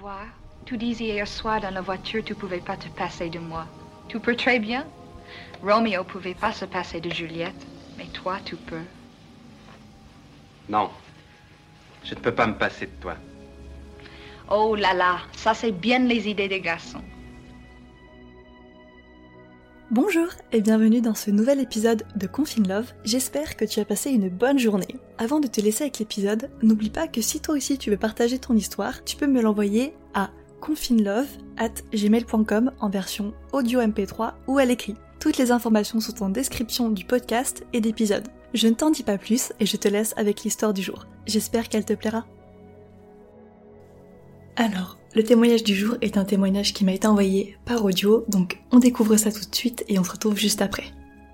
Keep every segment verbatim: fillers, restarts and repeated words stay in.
vois, tu disais hier soir dans la voiture tu pouvais pas te passer de moi. Tu peux très bien. Roméo pouvait pas se passer de Juliette, mais toi tu peux. Non, je ne peux pas me passer de toi. Oh là là, ça c'est bien les idées des garçons. Bonjour et bienvenue dans ce nouvel épisode de Confine Love, j'espère que tu as passé une bonne journée. Avant de te laisser avec l'épisode, n'oublie pas que si toi aussi tu veux partager ton histoire, tu peux me l'envoyer à confinelove arobase gmail point com en version audio M P trois ou à l'écrit. Toutes les informations sont en description du podcast et d'épisode. Je ne t'en dis pas plus et je te laisse avec l'histoire du jour. J'espère qu'elle te plaira. Alors, le témoignage du jour est un témoignage qui m'a été envoyé par audio, donc on découvre ça tout de suite et on se retrouve juste après.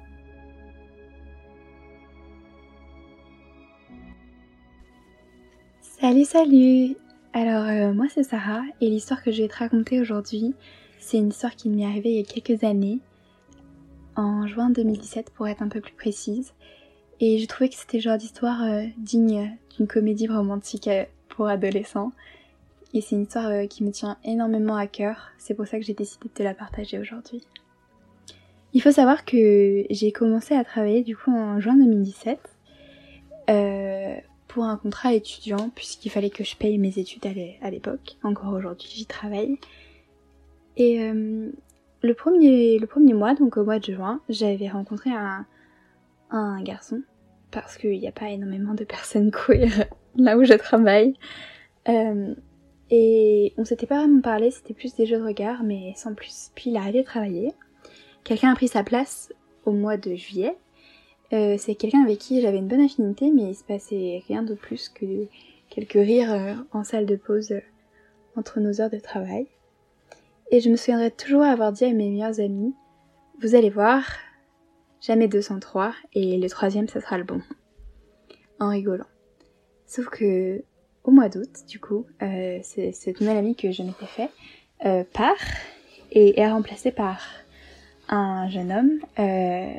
Salut salut. Alors euh, moi c'est Sarah et l'histoire que je vais te raconter aujourd'hui, c'est une histoire qui m'est arrivée il y a quelques années, en juin deux mille dix-sept pour être un peu plus précise, et je trouvais que c'était le genre d'histoire euh, digne d'une comédie romantique euh, pour adolescents. Et c'est une histoire euh, qui me tient énormément à cœur, c'est pour ça que j'ai décidé de te la partager aujourd'hui. Il faut savoir que j'ai commencé à travailler du coup en juin deux mille dix-sept euh, pour un contrat étudiant, puisqu'il fallait que je paye mes études à l'époque. Encore aujourd'hui j'y travaille. Et euh, le, premier, le premier mois, donc au mois de juin, j'avais rencontré un, un garçon, parce qu'il n'y a pas énormément de personnes queer là où je travaille. Euh, Et on s'était pas vraiment parlé, c'était plus des jeux de regard, mais sans plus. Puis il a arrêté de travailler. Quelqu'un a pris sa place au mois de juillet. Euh, c'est quelqu'un avec qui j'avais une bonne affinité, mais il se passait rien de plus que quelques rires euh, en salle de pause euh, entre nos heures de travail. Et je me souviendrai toujours avoir dit à mes meilleurs amis, vous allez voir, jamais deux cent trois, et le troisième ça sera le bon. En rigolant. Sauf que au mois d'août, du coup, euh, c'est, cette nouvelle amie que je m'étais fait euh, part et est remplacée par un jeune homme. Euh,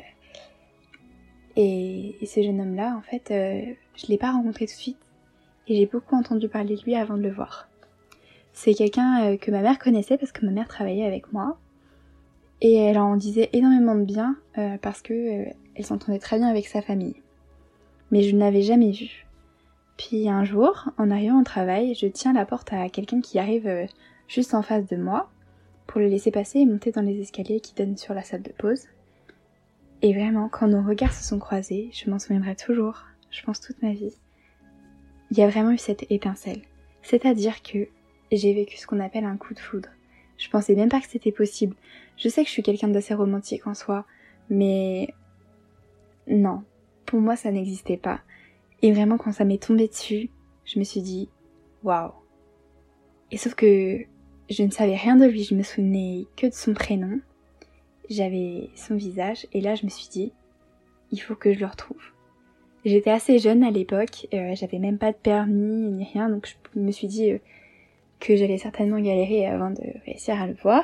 et, et ce jeune homme-là, en fait, euh, je l'ai pas rencontré tout de suite et j'ai beaucoup entendu parler de lui avant de le voir. C'est quelqu'un euh, que ma mère connaissait parce que ma mère travaillait avec moi et elle en disait énormément de bien euh, parce que euh, elle s'entendait très bien avec sa famille. Mais je ne l'avais jamais vu. Puis un jour, en arrivant au travail, je tiens la porte à quelqu'un qui arrive euh, juste en face de moi pour le laisser passer et monter dans les escaliers qui donnent sur la salle de pause. Et vraiment, quand nos regards se sont croisés, je m'en souviendrai toujours, je pense toute ma vie, il y a vraiment eu cette étincelle. C'est-à-dire que j'ai vécu ce qu'on appelle un coup de foudre. Je pensais même pas que c'était possible. Je sais que je suis quelqu'un d'assez romantique en soi, mais non, pour moi ça n'existait pas. Et vraiment, quand ça m'est tombé dessus, je me suis dit, waouh. Et sauf que je ne savais rien de lui, je me souvenais que de son prénom. J'avais son visage, et là je me suis dit, il faut que je le retrouve. J'étais assez jeune à l'époque, euh, j'avais même pas de permis ni rien, donc je me suis dit euh, que j'allais certainement galérer avant de réussir à le voir.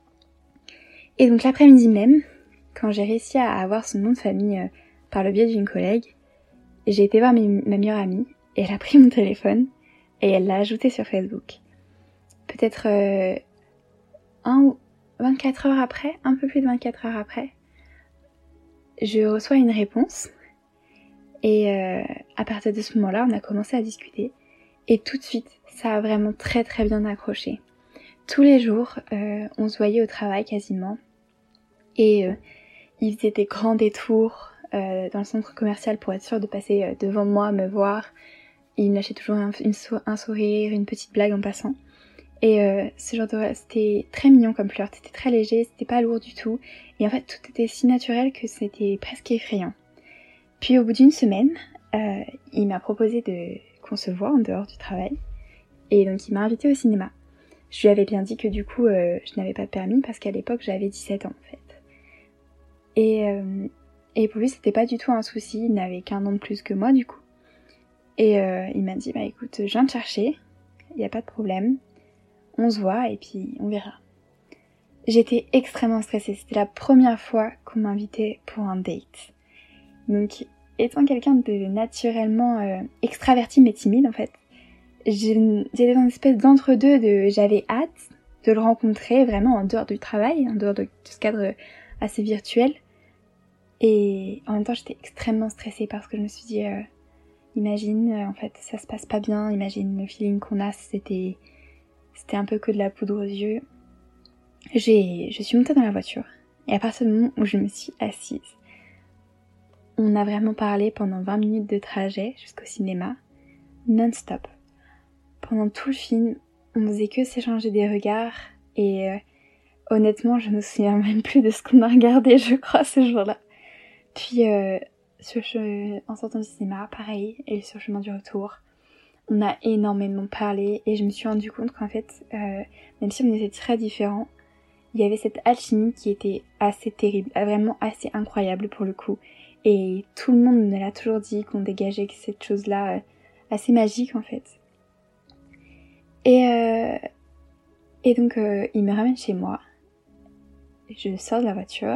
Et donc l'après-midi même, quand j'ai réussi à avoir son nom de famille euh, par le biais d'une collègue, j'ai été voir mes, ma meilleure amie, et elle a pris mon téléphone, et elle l'a ajouté sur Facebook. Peut-être euh, un ou vingt-quatre heures après, un peu plus de vingt-quatre heures après, je reçois une réponse, et euh, à partir de ce moment-là, on a commencé à discuter, et tout de suite, ça a vraiment très très bien accroché. Tous les jours, euh, on se voyait au travail quasiment, et euh, il faisait des grands détours, Euh, dans le centre commercial pour être sûr de passer euh, devant moi, me voir. Et il me lâchait toujours un, une sou- un sourire, une petite blague en passant. Et euh, ce genre de... c'était très mignon comme fleur, c'était très léger, c'était pas lourd du tout. Et en fait, tout était si naturel que c'était presque effrayant. Puis au bout d'une semaine, euh, il m'a proposé de qu'on se voit en dehors du travail. Et donc il m'a invité au cinéma. Je lui avais bien dit que du coup, euh, je n'avais pas de permis parce qu'à l'époque, j'avais dix-sept ans en fait. Et... Euh, Et pour lui, c'était pas du tout un souci, il n'avait qu'un an de plus que moi du coup. Et euh, il m'a dit, bah écoute, je viens te chercher, y a pas de problème, on se voit et puis on verra. J'étais extrêmement stressée, c'était la première fois qu'on m'invitait pour un date. Donc, étant quelqu'un de naturellement euh, extraverti mais timide en fait, j'étais dans une espèce d'entre-deux de j'avais hâte de le rencontrer vraiment en dehors du travail, en dehors de, de ce cadre assez virtuel. Et en même temps, j'étais extrêmement stressée parce que je me suis dit, euh, imagine, euh, en fait, ça se passe pas bien, imagine le feeling qu'on a, c'était, c'était un peu que de la poudre aux yeux. J'ai, je suis montée dans la voiture et à partir du moment où je me suis assise, on a vraiment parlé pendant vingt minutes de trajet jusqu'au cinéma, non-stop. Pendant tout le film, on faisait que s'échanger des regards et euh, honnêtement, je me souviens même plus de ce qu'on a regardé, je crois, ce jour-là. Puis, euh, sur le, en sortant du cinéma, pareil, et sur le chemin du retour, on a énormément parlé et je me suis rendu compte qu'en fait, euh, même si on était très différents, il y avait cette alchimie qui était assez terrible, vraiment assez incroyable pour le coup. Et tout le monde me l'a toujours dit, qu'on dégageait cette chose-là euh, assez magique en fait. Et, euh, et donc, euh, il me ramène chez moi. Je sors de la voiture.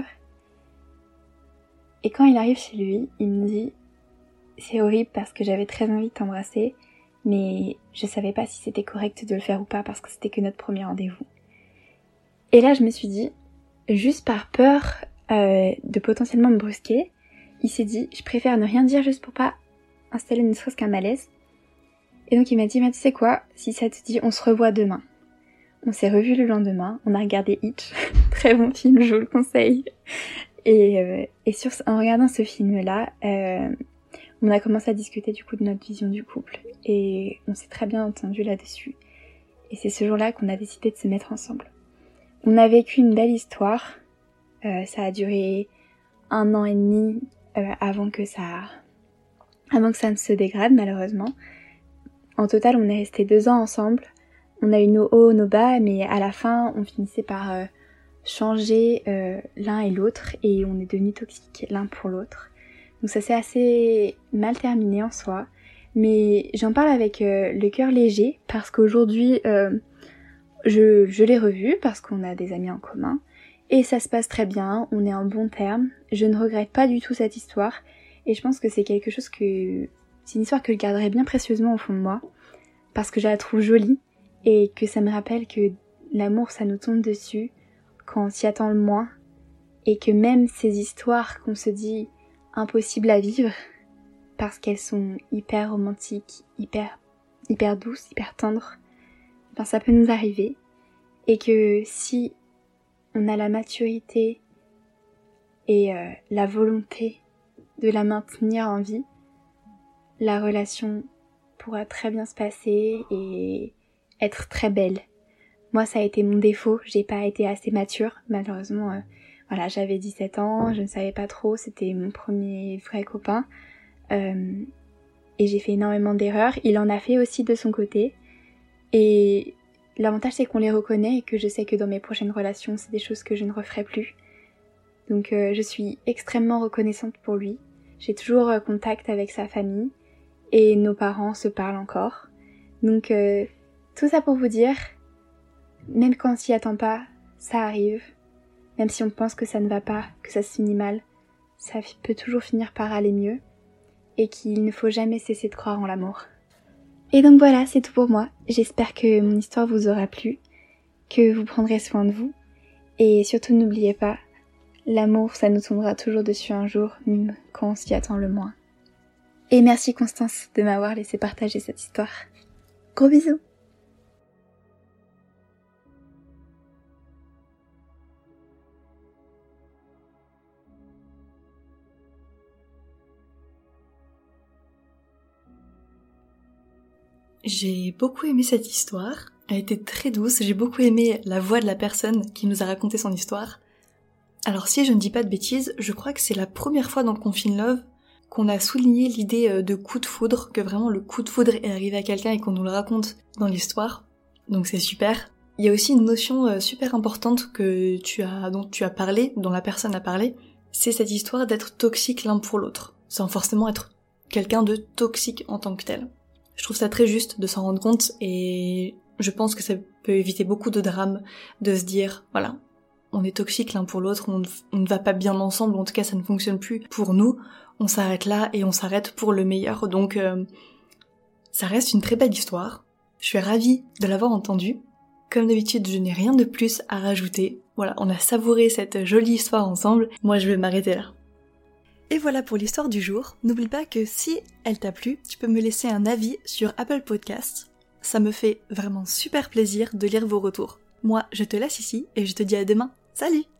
Et quand il arrive chez lui, il me dit « C'est horrible parce que j'avais très envie de t'embrasser, mais je savais pas si c'était correct de le faire ou pas parce que c'était que notre premier rendez-vous. » Et là, je me suis dit, juste par peur euh, de potentiellement me brusquer, il s'est dit « Je préfère ne rien dire juste pour pas installer ne serait-ce qu'un malaise. » Et donc il m'a dit « Mais tu sais quoi, si ça te dit, on se revoit demain. » On s'est revus le lendemain, on a regardé Hitch, très bon film, je vous le conseille. Et, euh, et sur, en regardant ce film-là, euh, on a commencé à discuter du coup de notre vision du couple. Et on s'est très bien entendu là-dessus. Et c'est ce jour-là qu'on a décidé de se mettre ensemble. On a vécu une belle histoire. Euh, ça a duré un an et demi euh, avant que ça, avant que ça ne se dégrade malheureusement. En total, on est restés deux ans ensemble. On a eu nos hauts, nos bas, mais à la fin, on finissait par euh, changer euh, l'un et l'autre et on est devenus toxiques l'un pour l'autre. Donc ça s'est assez mal terminé en soi, mais j'en parle avec euh, le cœur léger parce qu'aujourd'hui, euh, je, je l'ai revu parce qu'on a des amis en commun et ça se passe très bien, on est en bon terme. Je ne regrette pas du tout cette histoire et je pense que c'est quelque chose que... C'est une histoire que je garderai bien précieusement au fond de moi parce que je la trouve jolie. Et que ça me rappelle que l'amour, ça nous tombe dessus quand on s'y attend le moins. Et que même ces histoires qu'on se dit impossibles à vivre, parce qu'elles sont hyper romantiques, hyper, hyper douces, hyper tendres, ben ça peut nous arriver. Et que si on a la maturité et euh, la volonté de la maintenir en vie, la relation pourra très bien se passer et être très belle. Moi, ça a été mon défaut, j'ai pas été assez mature, malheureusement. Euh, voilà, j'avais dix-sept ans, je ne savais pas trop, c'était mon premier vrai copain. Euh, et j'ai fait énormément d'erreurs. Il en a fait aussi de son côté. Et l'avantage, c'est qu'on les reconnaît et que je sais que dans mes prochaines relations, c'est des choses que je ne referai plus. Donc, euh, je suis extrêmement reconnaissante pour lui. J'ai toujours euh, contact avec sa famille et nos parents se parlent encore. Donc, euh, tout ça pour vous dire, même quand on s'y attend pas, ça arrive. Même si on pense que ça ne va pas, que ça se finit mal, ça peut toujours finir par aller mieux. Et qu'il ne faut jamais cesser de croire en l'amour. Et donc voilà, c'est tout pour moi. J'espère que mon histoire vous aura plu, que vous prendrez soin de vous. Et surtout n'oubliez pas, l'amour ça nous tombera toujours dessus un jour, même quand on s'y attend le moins. Et merci Constance de m'avoir laissé partager cette histoire. Gros bisous! J'ai beaucoup aimé cette histoire, elle était très douce, j'ai beaucoup aimé la voix de la personne qui nous a raconté son histoire. Alors si je ne dis pas de bêtises, je crois que c'est la première fois dans le Confine Love qu'on a souligné l'idée de coup de foudre, que vraiment le coup de foudre est arrivé à quelqu'un et qu'on nous le raconte dans l'histoire. Donc c'est super. Il y a aussi une notion super importante que tu as, dont tu as parlé, dont la personne a parlé, c'est cette histoire d'être toxique l'un pour l'autre, sans forcément être quelqu'un de toxique en tant que tel. Je trouve ça très juste de s'en rendre compte et je pense que ça peut éviter beaucoup de drames, de se dire, voilà, on est toxique l'un pour l'autre, on, on ne va pas bien ensemble, en tout cas ça ne fonctionne plus pour nous, on s'arrête là et on s'arrête pour le meilleur. Donc euh, ça reste une très belle histoire, Je suis ravie de l'avoir entendu. Comme d'habitude, je n'ai rien de plus à rajouter. Voilà, on a savouré cette jolie histoire ensemble. Moi, je vais m'arrêter là. Et voilà pour l'histoire du jour. N'oublie pas que si elle t'a plu, tu peux me laisser un avis sur Apple Podcasts. Ça me fait vraiment super plaisir de lire vos retours. Moi, je te laisse ici et je te dis à demain. Salut!